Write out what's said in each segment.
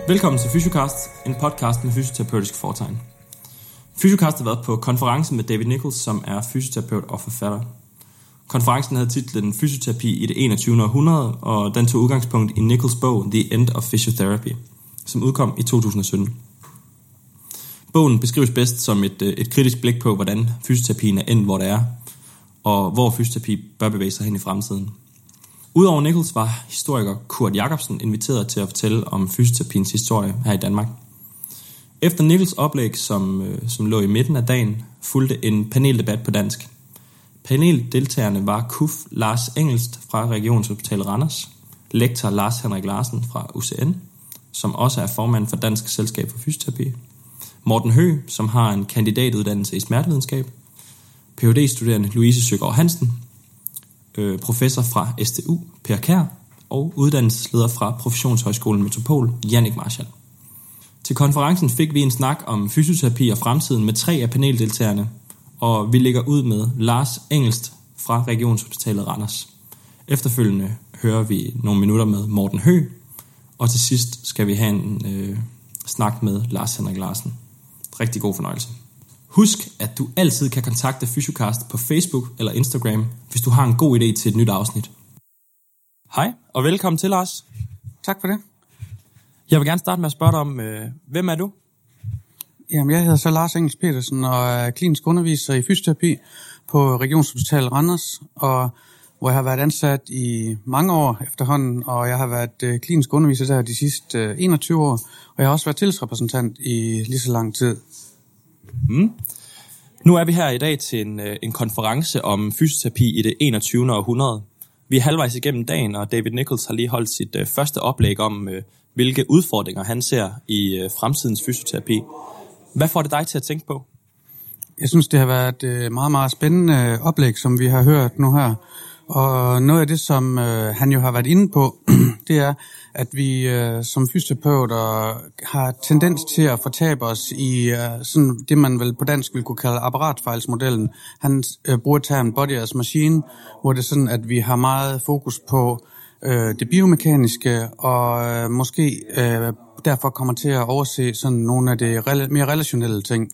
Velkommen til Fysiocast, en podcast med fysioterapeutisk fortegn. Fysiocast har været på konference med David Nichols, som er fysioterapeut og forfatter. Konferencen havde titlen Fysioterapi i det 21. århundrede, og den tog udgangspunkt i Nichols bog The End of Physiotherapy, som udkom i 2017. Bogen beskrives bedst som et kritisk blik på, hvordan fysioterapien er endt, hvor det er, og hvor fysioterapi bør bevæge sig hen i fremtiden. Udover Nichols var historiker Kurt Jacobsen inviteret til at fortælle om fysioterapiens historie her i Danmark. Efter Nichols oplæg, som lå i midten af dagen, fulgte en paneldebat på dansk. Paneldeltagerne var KUF Lars Engelst fra Regionshospitalet Randers, lektor Lars Henrik Larsen fra UCN, som også er formand for Dansk Selskab for Fysioterapi, Morten Høgh, som har en kandidatuddannelse i smertevidenskab, Ph.D.-studerende Louise Søgaard Hansen, professor fra SDU, Per Kjær, og uddannelsesleder fra Professionshøjskolen Metropol, Jannik Marshall. Til konferencen fik vi en snak om fysioterapi og fremtiden med 3 af paneldeltagerne, og vi lægger ud med Lars Engelst fra Regionshospitalet Randers. Efterfølgende hører vi nogle minutter med Morten Høgh, og til sidst skal vi have en snak med Lars Henrik Larsen. Rigtig god fornøjelse. Husk, at du altid kan kontakte Fysiocast på Facebook eller Instagram, hvis du har en god idé til et nyt afsnit. Hej, og velkommen til, Lars. Tak for det. Jeg vil gerne starte med at spørge dig om, hvem er du? Jamen, jeg hedder så Lars Engelst Petersen og er klinisk underviser i fysioterapi på Regionshospitalet Randers, og hvor jeg har været ansat i mange år efterhånden, og jeg har været klinisk underviser der de sidste 21 år, og jeg har også været tillidsrepræsentant i lige så lang tid. Nu er vi her i dag til en konference om fysioterapi i det 21. århundrede. Vi er halvvejs igennem dagen, og David Nichols har lige holdt sit første oplæg om, hvilke udfordringer han ser i fremtidens fysioterapi. Hvad får det dig til at tænke på? Jeg synes, det har været et meget, meget spændende oplæg, som vi har hørt nu her. Og noget af det, som han jo har været inde på, det er, at vi som fysioterapeuter har tendens til at fortabe os i sådan det, man vel på dansk vil kunne kalde apparatfejlsmodellen. Han bruger termen body as machine, hvor det er sådan, at vi har meget fokus på det biomekaniske, og måske derfor kommer til at overse sådan nogle af de mere relationelle ting.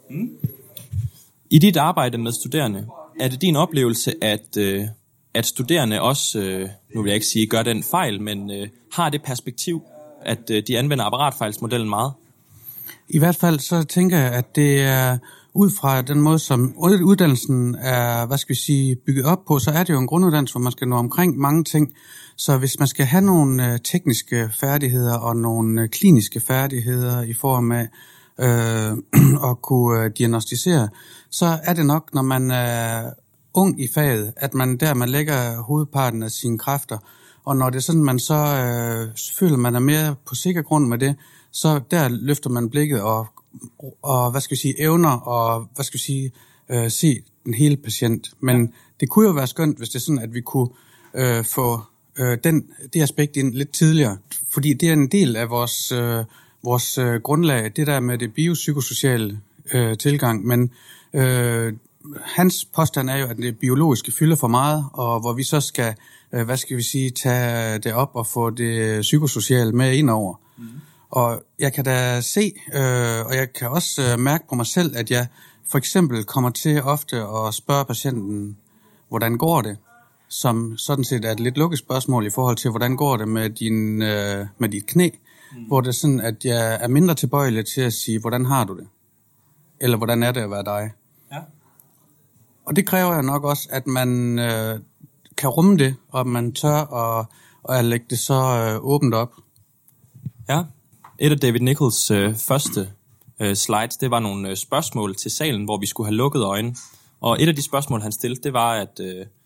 I dit arbejde med studerende, er det din oplevelse, at studerende også, nu vil jeg ikke sige, gør den fejl, men har det perspektiv, at de anvender apparatfejlsmodellen meget? I hvert fald så tænker jeg, at det er ud fra den måde, som uddannelsen er, bygget op på, så er det jo en grunduddannelse, hvor man skal nå omkring mange ting. Så hvis man skal have nogle tekniske færdigheder og nogle kliniske færdigheder i form af at kunne diagnostisere, så er det nok, når man er ung i faget, at man lægger hovedparten af sine kræfter. Og når det er sådan, man så føler, man er mere på sikker grund med det, så der løfter man blikket og evner og se den hele patient. Men det kunne jo være skønt, hvis det er sådan, at vi kunne få det aspekt ind lidt tidligere, fordi det er en del af vores grundlag, det der med det biopsykosociale tilgang, men hans påstand er jo, at det biologiske fylder for meget, og hvor vi så skal, tage det op og få det psykosociale med ind over. Og jeg kan da se, og jeg kan også mærke på mig selv, at jeg for eksempel kommer til ofte at spørge patienten, hvordan går det? Som sådan set er et lidt lukket spørgsmål i forhold til, hvordan går det med dit knæ? Hvor det er sådan, at jeg er mindre tilbøjelig til at sige, hvordan har du det? Eller hvordan er det at være dig? Ja. Og det kræver jo nok også, at man kan rumme det, og at man tør at lægge det så åbent op. Ja, et af David Nichols første slides, det var nogle spørgsmål til salen, hvor vi skulle have lukket øjne. Og et af de spørgsmål, han stillede, det var, at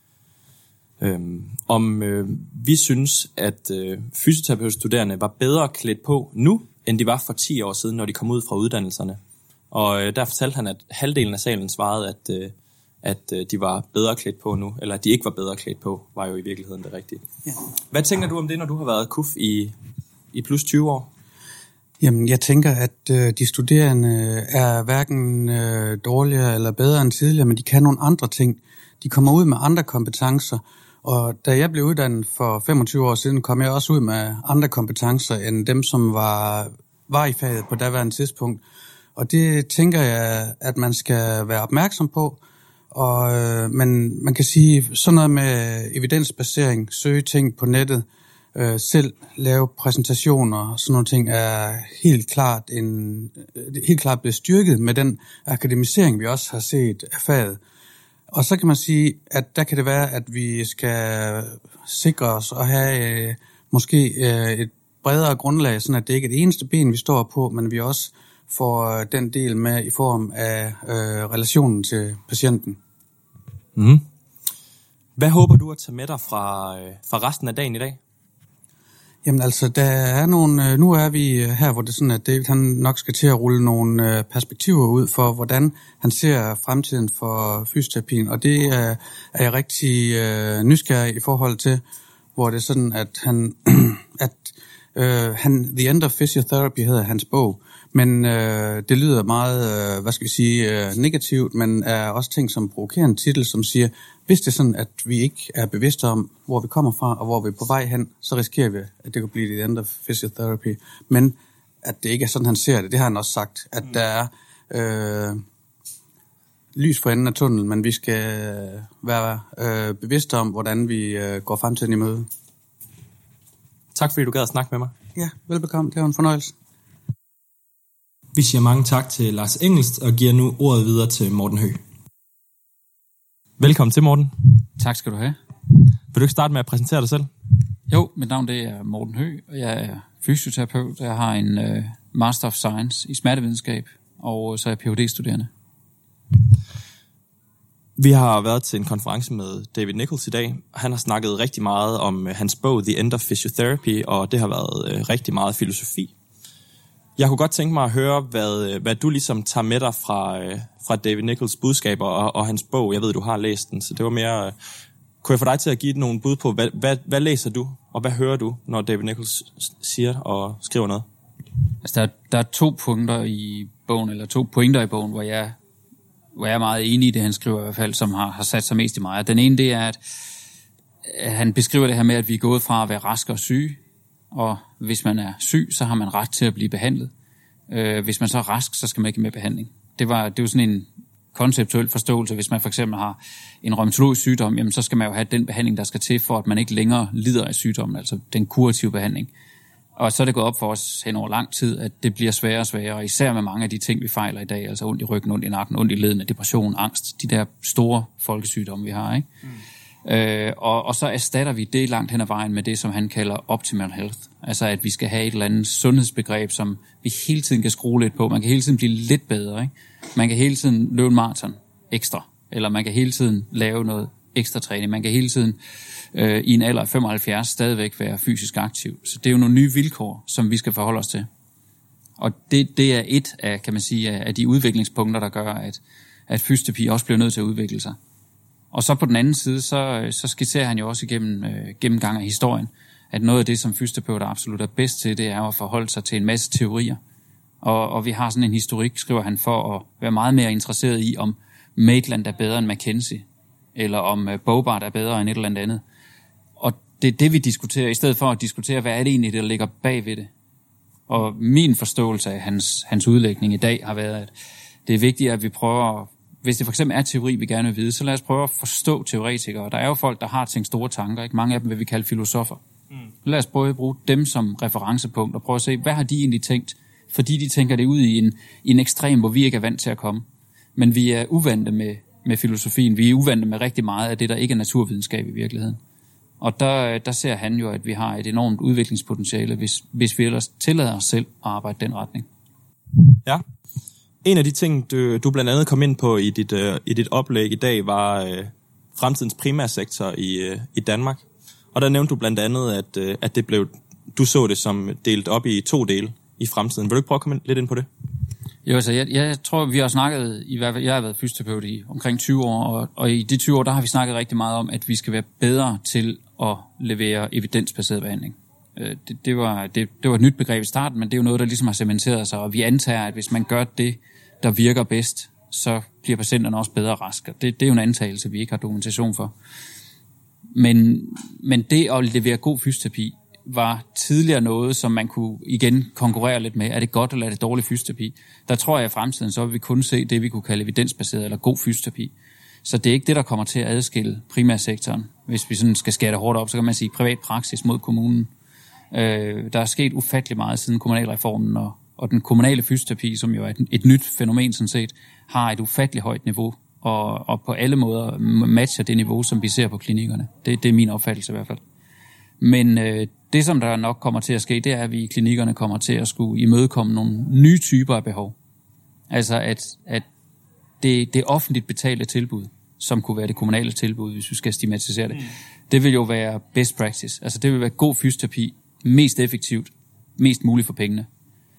om vi synes, at fysioterapeutstuderende var bedre klædt på nu, end de var for 10 år siden, når de kom ud fra uddannelserne. Og der fortalte han, at halvdelen af salen svarede, at de var bedre klædt på nu, eller at de ikke var bedre klædt på, var jo i virkeligheden det rigtige. Ja. Hvad tænker du om det, når du har været KUF i plus 20 år? Jamen, jeg tænker, at de studerende er hverken dårligere eller bedre end tidligere, men de kan nogle andre ting. De kommer ud med andre kompetencer, Og da jeg blev uddannet for 25 år siden, kom jeg også ud med andre kompetencer end dem, som var i faget på daværende tidspunkt. Og det tænker jeg, at man skal være opmærksom på. Men man kan sige, sådan noget med evidensbasering, søge ting på nettet, selv lave præsentationer og sådan nogle ting, er helt klart blevet styrket med den akademisering, vi også har set af faget. Og så kan man sige, at der kan det være, at vi skal sikre os at have måske et bredere grundlag, sådan at det ikke er det eneste ben, vi står på, men vi også får den del med i form af relationen til patienten. Mm. Hvad håber du at tage med dig fra resten af dagen i dag? Jamen altså, der er nogle, nu er vi her, hvor det er sådan, at David han nok skal til at rulle nogle perspektiver ud for, hvordan han ser fremtiden for fysioterapien, og det er jeg rigtig nysgerrig i forhold til, hvor det er sådan, at The End of Physiotherapy hedder hans bog, men det lyder meget, negativt, men er også ting som provokerende titel, som siger, hvis det er sådan, at vi ikke er bevidste om, hvor vi kommer fra, og hvor vi er på vej hen, så risikerer vi, at det kan blive The End of Physiotherapy. Men at det ikke er sådan, han ser det, det har han også sagt, at der er lys for enden af tunnelen, men vi skal være bevidste om, hvordan vi går fremtiden i møde. Tak fordi du gad at snakke med mig. Ja, velbekomme. Det var en fornøjelse. Vi siger mange tak til Lars Engelst og giver nu ordet videre til Morten Høgh. Velkommen til, Morten. Tak skal du have. Vil du ikke starte med at præsentere dig selv? Jo, mit navn det er Morten Høgh, og jeg er fysioterapeut. Jeg har en Master of Science i smertevidenskab, og så er jeg Ph.D.-studerende. Vi har været til en konference med David Nichols i dag. Han har snakket rigtig meget om hans bog The End of Physiotherapy, og det har været rigtig meget filosofi. Jeg kunne godt tænke mig at høre, hvad du ligesom tager med dig fra David Nichols budskaber og hans bog. Jeg ved, du har læst den, så det var mere... Kunne jeg få dig til at give nogle bud på, hvad læser du, og hvad hører du, når David Nichols siger og skriver noget? Altså, der er 2 pointer i bogen, hvor jeg er meget enig i det, han skriver i hvert fald, som har sat sig mest i mig. Den ene, det er, at han beskriver det her med, at vi er gået fra at være raske og syge, og hvis man er syg, så har man ret til at blive behandlet. Hvis man så er rask, så skal man ikke med behandling. Det er jo sådan en konceptuel forståelse. Hvis man for eksempel har en rheumatologisk sygdom, jamen så skal man jo have den behandling, der skal til, for at man ikke længere lider af sygdommen, altså den kurative behandling. Og så er det gået op for os hen over lang tid, at det bliver sværere og sværere, og især med mange af de ting, vi fejler i dag, altså ondt i ryggen, ondt i nakken, ondt i ledene, depression, angst, de der store folkesygdomme, vi har, ikke? Og så erstatter vi det langt hen ad vejen med det, som han kalder optimal health. Altså at vi skal have et eller andet sundhedsbegreb, som vi hele tiden kan skrue lidt på. Man kan hele tiden blive lidt bedre, ikke? Man kan hele tiden løbe en maraton ekstra, eller man kan hele tiden lave noget ekstra træning. Man kan hele tiden i en alder af 75 stadigvæk være fysisk aktiv. Så det er jo nogle nye vilkår, som vi skal forholde os til. Og det er et af, kan man sige, af de udviklingspunkter, der gør, at fysioterapi også bliver nødt til at udvikle sig. Og så på den anden side, så skitserer han jo også igennem gennemgang af historien, at noget af det, som fysioterapeuter absolut er bedst til, det er at forholde sig til en masse teorier. Og vi har sådan en historik, skriver han, for at være meget mere interesseret i, om Maitland er bedre end McKenzie, eller om Bobart er bedre end et eller andet. Og det er det, vi diskuterer, i stedet for at diskutere, hvad er det egentlig, der ligger bag ved det. Og min forståelse af hans udlægning i dag har været, at det er vigtigt, at vi prøver, hvis det for eksempel er teori, vi gerne vil vide, så lad os prøve at forstå teoretikere. Der er jo folk, der har tænkt store tanker, ikke? Mange af dem vil vi kalde filosofer. Lad os prøve at bruge dem som referencepunkt og prøve at se, hvad har de egentlig tænkt? Fordi de tænker det ud i en ekstrem, hvor vi ikke er vant til at komme. Men vi er uvante med filosofien. Vi er uvante med rigtig meget af det, der ikke er naturvidenskab i virkeligheden. Og der ser han jo, at vi har et enormt udviklingspotentiale, hvis vi ellers tillader os selv at arbejde den retning. Ja. En af de ting, du blandt andet kom ind på i dit oplæg i dag, var fremtidens primærsektor i Danmark. Og der nævnte du blandt andet, at det blev, du så det som delt op i 2 dele i fremtiden. Vil du ikke prøve at komme lidt ind på det? Jo, altså jeg tror, vi har snakket, i hvert fald jeg har været fysioterapeut i omkring 20 år, og i de 20 år, der har vi snakket rigtig meget om, at vi skal være bedre til at levere evidensbaseret behandling. Det var et nyt begreb i starten, men det er jo noget, der ligesom har cementeret sig, og vi antager, at hvis man gør det, der virker bedst, så bliver patienterne også bedre raske. Det er jo en antagelse, vi ikke har dokumentation for. Men det at levere god fysioterapi var tidligere noget, som man kunne igen konkurrere lidt med. Er det godt eller er det dårlig fysioterapi? Der tror jeg, at i fremtiden så vil vi kun se det, vi kunne kalde evidensbaseret eller god fysioterapi. Så det er ikke det, der kommer til at adskille primærsektoren. Hvis vi sådan skal skære det hårdt op, så kan man sige privat praksis mod kommunen. Der er sket ufattelig meget siden kommunalreformen, og den kommunale fysioterapi, som jo er et nyt fænomen sådan set, har et ufatteligt højt niveau, og på alle måder matcher det niveau, som vi ser på klinikkerne. Det er min opfattelse i hvert fald. Men det, som der nok kommer til at ske, det er, at vi i klinikkerne kommer til at skulle imødekomme nogle nye typer af behov. Altså at det offentligt betalte tilbud, som kunne være det kommunale tilbud, hvis vi skal stigmatisere det, det vil jo være best practice. Altså det vil være god fysioterapi, mest effektivt, mest muligt for pengene.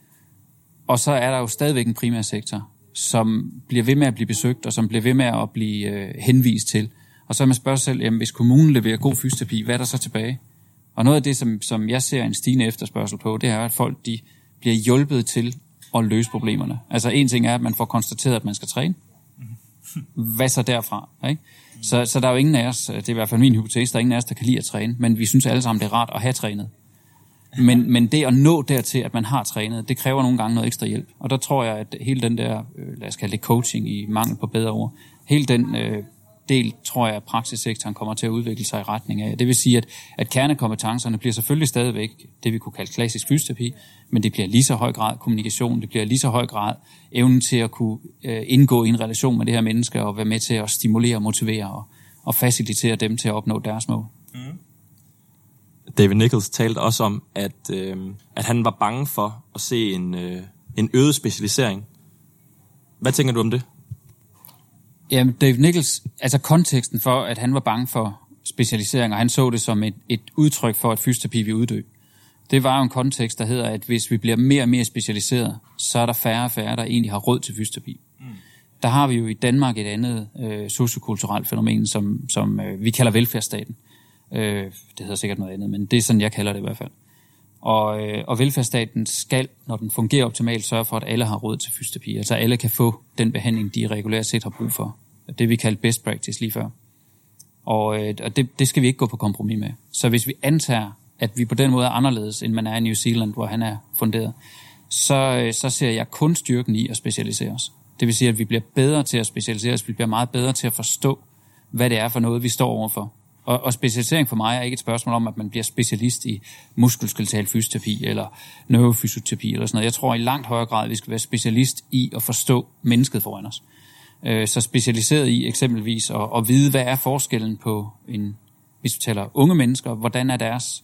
Og så er der jo stadigvæk en primærsektor, som bliver ved med at blive besøgt, og som bliver ved med at blive henvist til. Og så man spørger sig selv, jamen, hvis kommunen leverer god fysioterapi, hvad er der så tilbage? Og noget af det, som jeg ser en stigende efterspørgsel på, det er, at folk de bliver hjulpet til at løse problemerne. Altså en ting er, at man får konstateret, at man skal træne. Hvad så derfra? Ikke? Så der er jo ingen af os, det er i hvert fald min hypotese, der er ingen af os, der kan lide at træne, men vi synes alle sammen, det er rart at have trænet. Men det at nå dertil, at man har trænet, det kræver nogle gange noget ekstra hjælp. Og der tror jeg, at hele den der, lad os kalde det coaching i mangel på bedre ord, hele den del, tror jeg, at praksissektoren kommer til at udvikle sig i retning af. Det vil sige, at kernekompetencerne bliver selvfølgelig stadigvæk det, vi kunne kalde klassisk fysioterapi, men det bliver lige så høj grad kommunikation, det bliver lige så høj grad evnen til at kunne indgå i en relation med det her menneske og være med til at stimulere og motivere og facilitere dem til at opnå deres mål. David Nichols talte også om, at han var bange for at se en øget specialisering. Hvad tænker du om det? Jamen, David Nichols, altså konteksten for, at han var bange for specialisering, og han så det som et udtryk for, at fysioterapi vil uddø. Det var jo en kontekst, der hedder, at hvis vi bliver mere og mere specialiseret, så er der færre og færre, der egentlig har råd til fysioterapi. Der har vi jo i Danmark et andet sociokulturelt fænomen, som vi kalder velfærdsstaten. Det hedder sikkert noget andet, men det er sådan, jeg kalder det i hvert fald. Og velfærdsstaten skal, når den fungerer optimalt, sørge for, at alle har råd til fysioterapi. Altså alle kan få den behandling, de regulært set har brug for. Det vi kalder best practice lige før. Og det skal vi ikke gå på kompromis med. Så hvis vi antager, at vi på den måde er anderledes, end man er i New Zealand, hvor han er funderet, så ser jeg kun styrken i at specialisere os. Det vil sige, at vi bliver bedre til at specialisere os. Vi bliver meget bedre til at forstå, hvad det er for noget, vi står overfor. Og specialisering for mig er ikke et spørgsmål om, at man bliver specialist i muskelskeletal fysioterapi eller neurofysioterapi eller sådan noget. Jeg tror i langt højere grad, at vi skal være specialist i at forstå mennesket foran os. Så specialiseret i eksempelvis at vide, hvad er forskellen på hvis vi taler unge mennesker, hvordan er deres,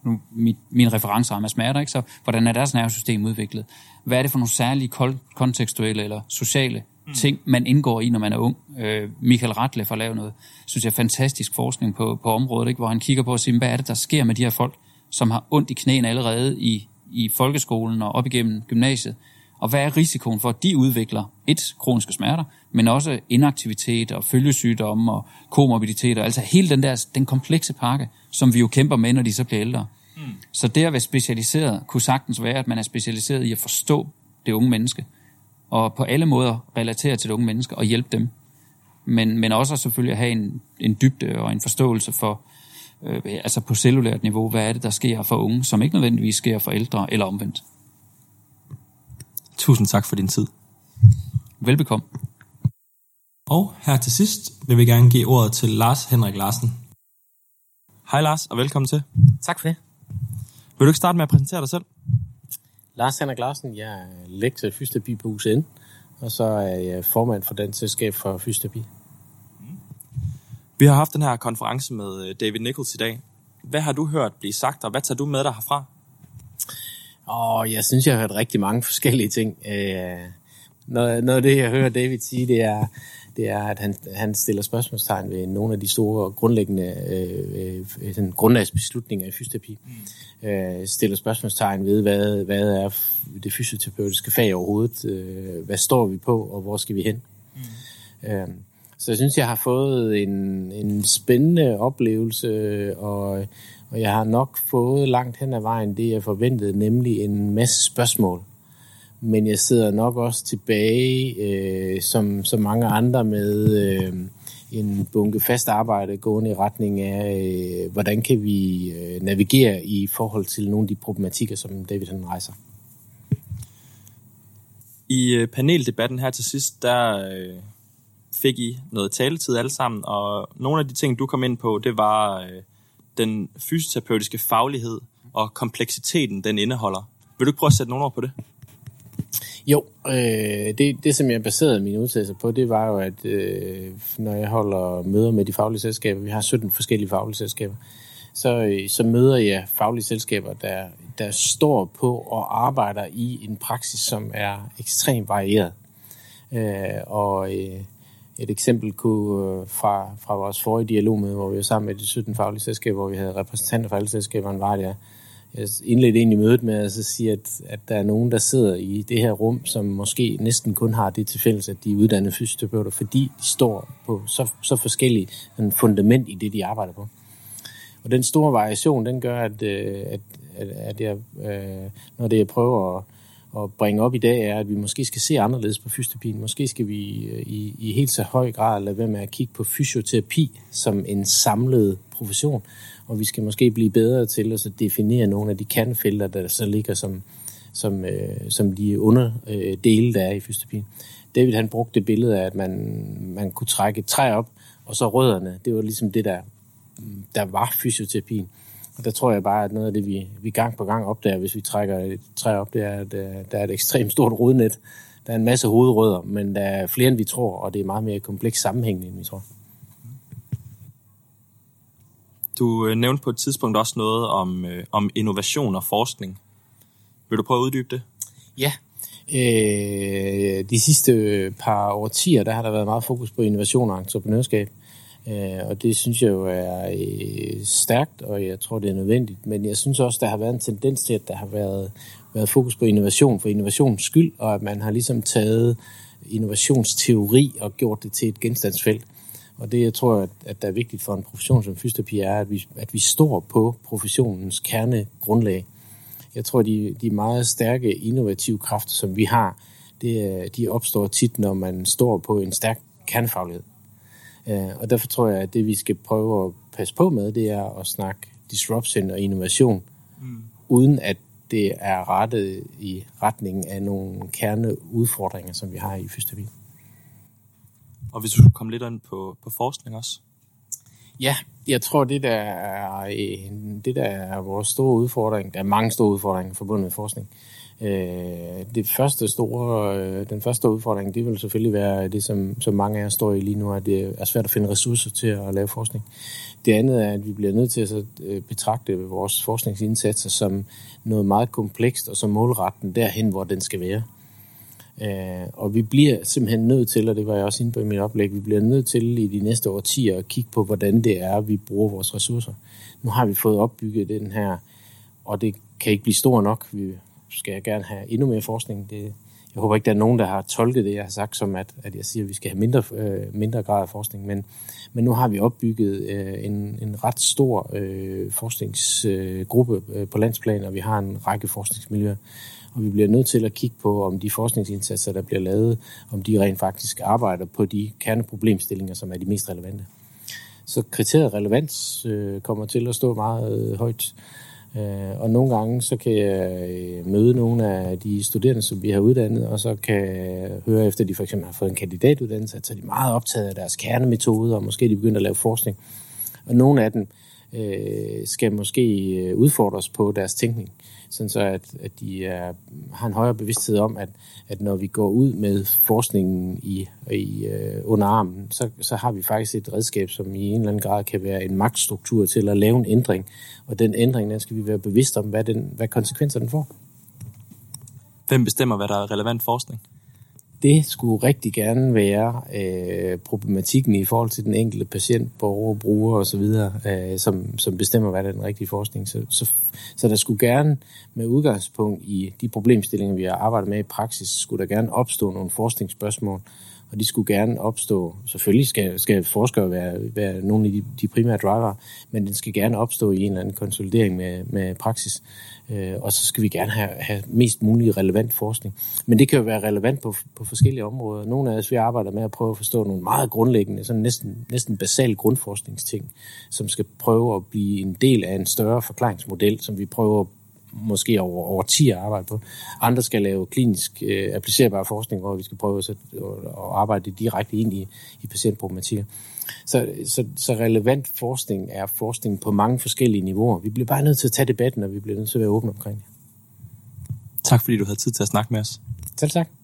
min referenceramme er smerter, ikke? Så hvordan er deres nervesystem udviklet? Hvad er det for nogle særlige kontekstuelle eller sociale ting, man indgår i, når man er ung? Michael Ratleff har lavet noget, synes jeg, fantastisk forskning på området, ikke? Hvor han kigger på at sige, hvad er det, der sker med de her folk, som har ondt i knæene allerede i folkeskolen og op igennem gymnasiet? Og hvad er risikoen for, at de udvikler kroniske smerter, men også inaktivitet og følgesygdomme og komorbiditeter, altså hele den komplekse pakke, som vi jo kæmper med, når de så bliver ældre. Så det at være specialiseret kunne sagtens være, at man er specialiseret i at forstå det unge menneske, og på alle måder relatere til det unge menneske og hjælpe dem. Men også selvfølgelig at have en dybde og en forståelse for, altså på cellulært niveau, hvad er det, der sker for unge, som ikke nødvendigvis sker for ældre eller omvendt. Tusind tak for din tid. Velbekomme. Og her til sidst vil vi gerne give ordet til Lars Henrik Larsen. Hej Lars, og velkommen til. Tak for det. Vil du ikke starte med at præsentere dig selv? Lars Henrik Larsen, jeg er lektor i fysioterapi på UCN, og så er jeg formand for Dansk Selskab for Fysioterapi. Vi har haft den her konference med David Nichols i dag. Hvad har du hørt blive sagt, og hvad tager du med dig herfra? Jeg synes, jeg har hørt rigtig mange forskellige ting. Noget af det, jeg hører David sige, det er, at han stiller spørgsmålstegn ved nogle af de store grundlæggende grundlagsbeslutninger i fysioterapi. Stiller spørgsmålstegn ved, hvad er det fysioterapeutiske fag overhovedet? Hvad står vi på, og hvor skal vi hen? Så jeg synes, jeg har fået en spændende oplevelse, og jeg har nok fået langt hen ad vejen det, jeg forventede, nemlig en masse spørgsmål. Men jeg sidder nok også tilbage, som mange andre, med en bunke fast arbejde gående i retning af, hvordan kan vi navigere i forhold til nogle af de problematikker, som David han rejser. I paneldebatten her til sidst, der fik I noget taletid alle sammen, og nogle af de ting, du kom ind på, det var den fysioterapeutiske faglighed og kompleksiteten, den indeholder. Vil du ikke prøve at sætte nogle ord på det? Jo, det som jeg baserede mine udtalelser på, det var jo, at når jeg holder møder med de faglige selskaber, vi har 17 forskellige faglige selskaber, så møder jeg faglige selskaber, der står på og arbejder i en praksis, som er ekstremt varieret. Et eksempel kunne fra vores forrige dialogmøde, hvor vi var sammen med de 17 faglige selskaber, hvor vi havde repræsentanter fra alle selskaberne, var det, jeg indledte egentlig mødet med at sige, at der er nogen, der sidder i det her rum, som måske næsten kun har det til fælles, at de er uddannede fysioterapeuter, fordi de står på så forskellige fundament i det, de arbejder på. Og den store variation, den gør, at jeg, når det jeg prøver at bringe op i dag, er, at vi måske skal se anderledes på fysioterapien. Måske skal vi i helt så høj grad lade være med at kigge på fysioterapi som en samlet profession, og vi skal måske blive bedre til at definere nogle af de kernefelter, der så ligger som de underdele, der er i fysioterapien. David han brugte det billede af, at man kunne trække et træ op, og så rødderne, det var ligesom det, der var fysioterapien. Og der tror jeg bare, at noget af det, vi gang på gang opdager, hvis vi trækker et træ op, det er, at der er et ekstremt stort rodnet. Der er en masse hovedrødder, men der er flere, end vi tror, og det er meget mere kompleks sammenhængende, end vi tror. Du nævnte på et tidspunkt også noget om innovation og forskning. Vil du prøve at uddybe det? Ja. De sidste par årtier, der har der været meget fokus på innovation og entreprenørskab. Og det synes jeg jo er stærkt, og jeg tror, det er nødvendigt. Men jeg synes også, der har været en tendens til, at der har været fokus på innovation for innovations skyld, og at man har ligesom taget innovationsteori og gjort det til et genstandsfelt. Og det, jeg tror, at der er vigtigt for en profession som fysioterapi, er, at vi står på professionens kernegrundlag. Jeg tror, de meget stærke innovative kræfter, som vi har, de opstår tit, når man står på en stærk kernefaglighed. Og derfor tror jeg, at det, vi skal prøve at passe på med, det er at snakke disruption og innovation, uden at det er rettet i retningen af nogle kerneudfordringer, som vi har i fysioterapi. Og hvis du skulle komme lidt ind på forskning også? Ja, jeg tror, det der er vores store udfordring. Der er mange store udfordringer forbundet med forskning. Den første store udfordring, det vil selvfølgelig være det, som mange af os står i lige nu, at det er svært at finde ressourcer til at lave forskning. Det andet er, at vi bliver nødt til at betragte vores forskningsindsatser som noget meget komplekst og som målretten derhen, hvor den skal være. Og vi bliver simpelthen nødt til, og det var jeg også inde på i mit oplæg, vi bliver nødt til i de næste årtier at kigge på, hvordan det er, vi bruger vores ressourcer. Nu har vi fået opbygget den her, og det kan ikke blive stor nok. Vi skal gerne have endnu mere forskning. Jeg håber ikke, der er nogen, der har tolket det, jeg har sagt, som at jeg siger, at vi skal have mindre grad af forskning. Men nu har vi opbygget en ret stor forskningsgruppe på landsplan, og vi har en række forskningsmiljøer. Og vi bliver nødt til at kigge på, om de forskningsindsatser, der bliver lavet, om de rent faktisk arbejder på de kerneproblemstillinger, som er de mest relevante. Så kriteriet relevans kommer til at stå meget højt. Og nogle gange, så kan jeg møde nogle af de studerende, som vi har uddannet, og så kan jeg høre efter, de for eksempel har fået en kandidatuddannelse, så er de meget optaget af deres kernemetoder, og måske de begynder at lave forskning. Og nogle af dem skal måske udfordres på deres tænkning, sådan så at de har en højere bevidsthed om, at når vi går ud med forskningen under armen, så har vi faktisk et redskab, som i en eller anden grad kan være en magtstruktur til at lave en ændring. Og den ændring, den skal vi være bevidste om, hvad konsekvenser den får. Hvem bestemmer, hvad der er relevant forskning? Det skulle rigtig gerne være problematikken i forhold til den enkelte patient, borger, bruger osv., som bestemmer, hvad der er den rigtige forskning. Så der skulle gerne, med udgangspunkt i de problemstillinger, vi har arbejdet med i praksis, skulle der gerne opstå nogle forskningsspørgsmål, og de skulle gerne opstå, selvfølgelig skal forskere være nogle af de primære driver, men den skal gerne opstå i en eller anden konsolidering med praksis. Og så skal vi gerne have mest mulig relevant forskning. Men det kan jo være relevant på forskellige områder. Nogle af os, vi arbejder med at prøve at forstå nogle meget grundlæggende, sådan næsten basale grundforskningsting, som skal prøve at blive en del af en større forklaringsmodel, som vi prøver måske over 10 at arbejde på. Andre skal lave klinisk applicerbar forskning, hvor vi skal prøve at arbejde direkte ind i patientproblematikker. Så relevant forskning er forskning på mange forskellige niveauer. Vi bliver bare nødt til at tage debatten, og vi bliver nødt til at være åbne omkring det. Tak fordi du havde tid til at snakke med os. Selv tak.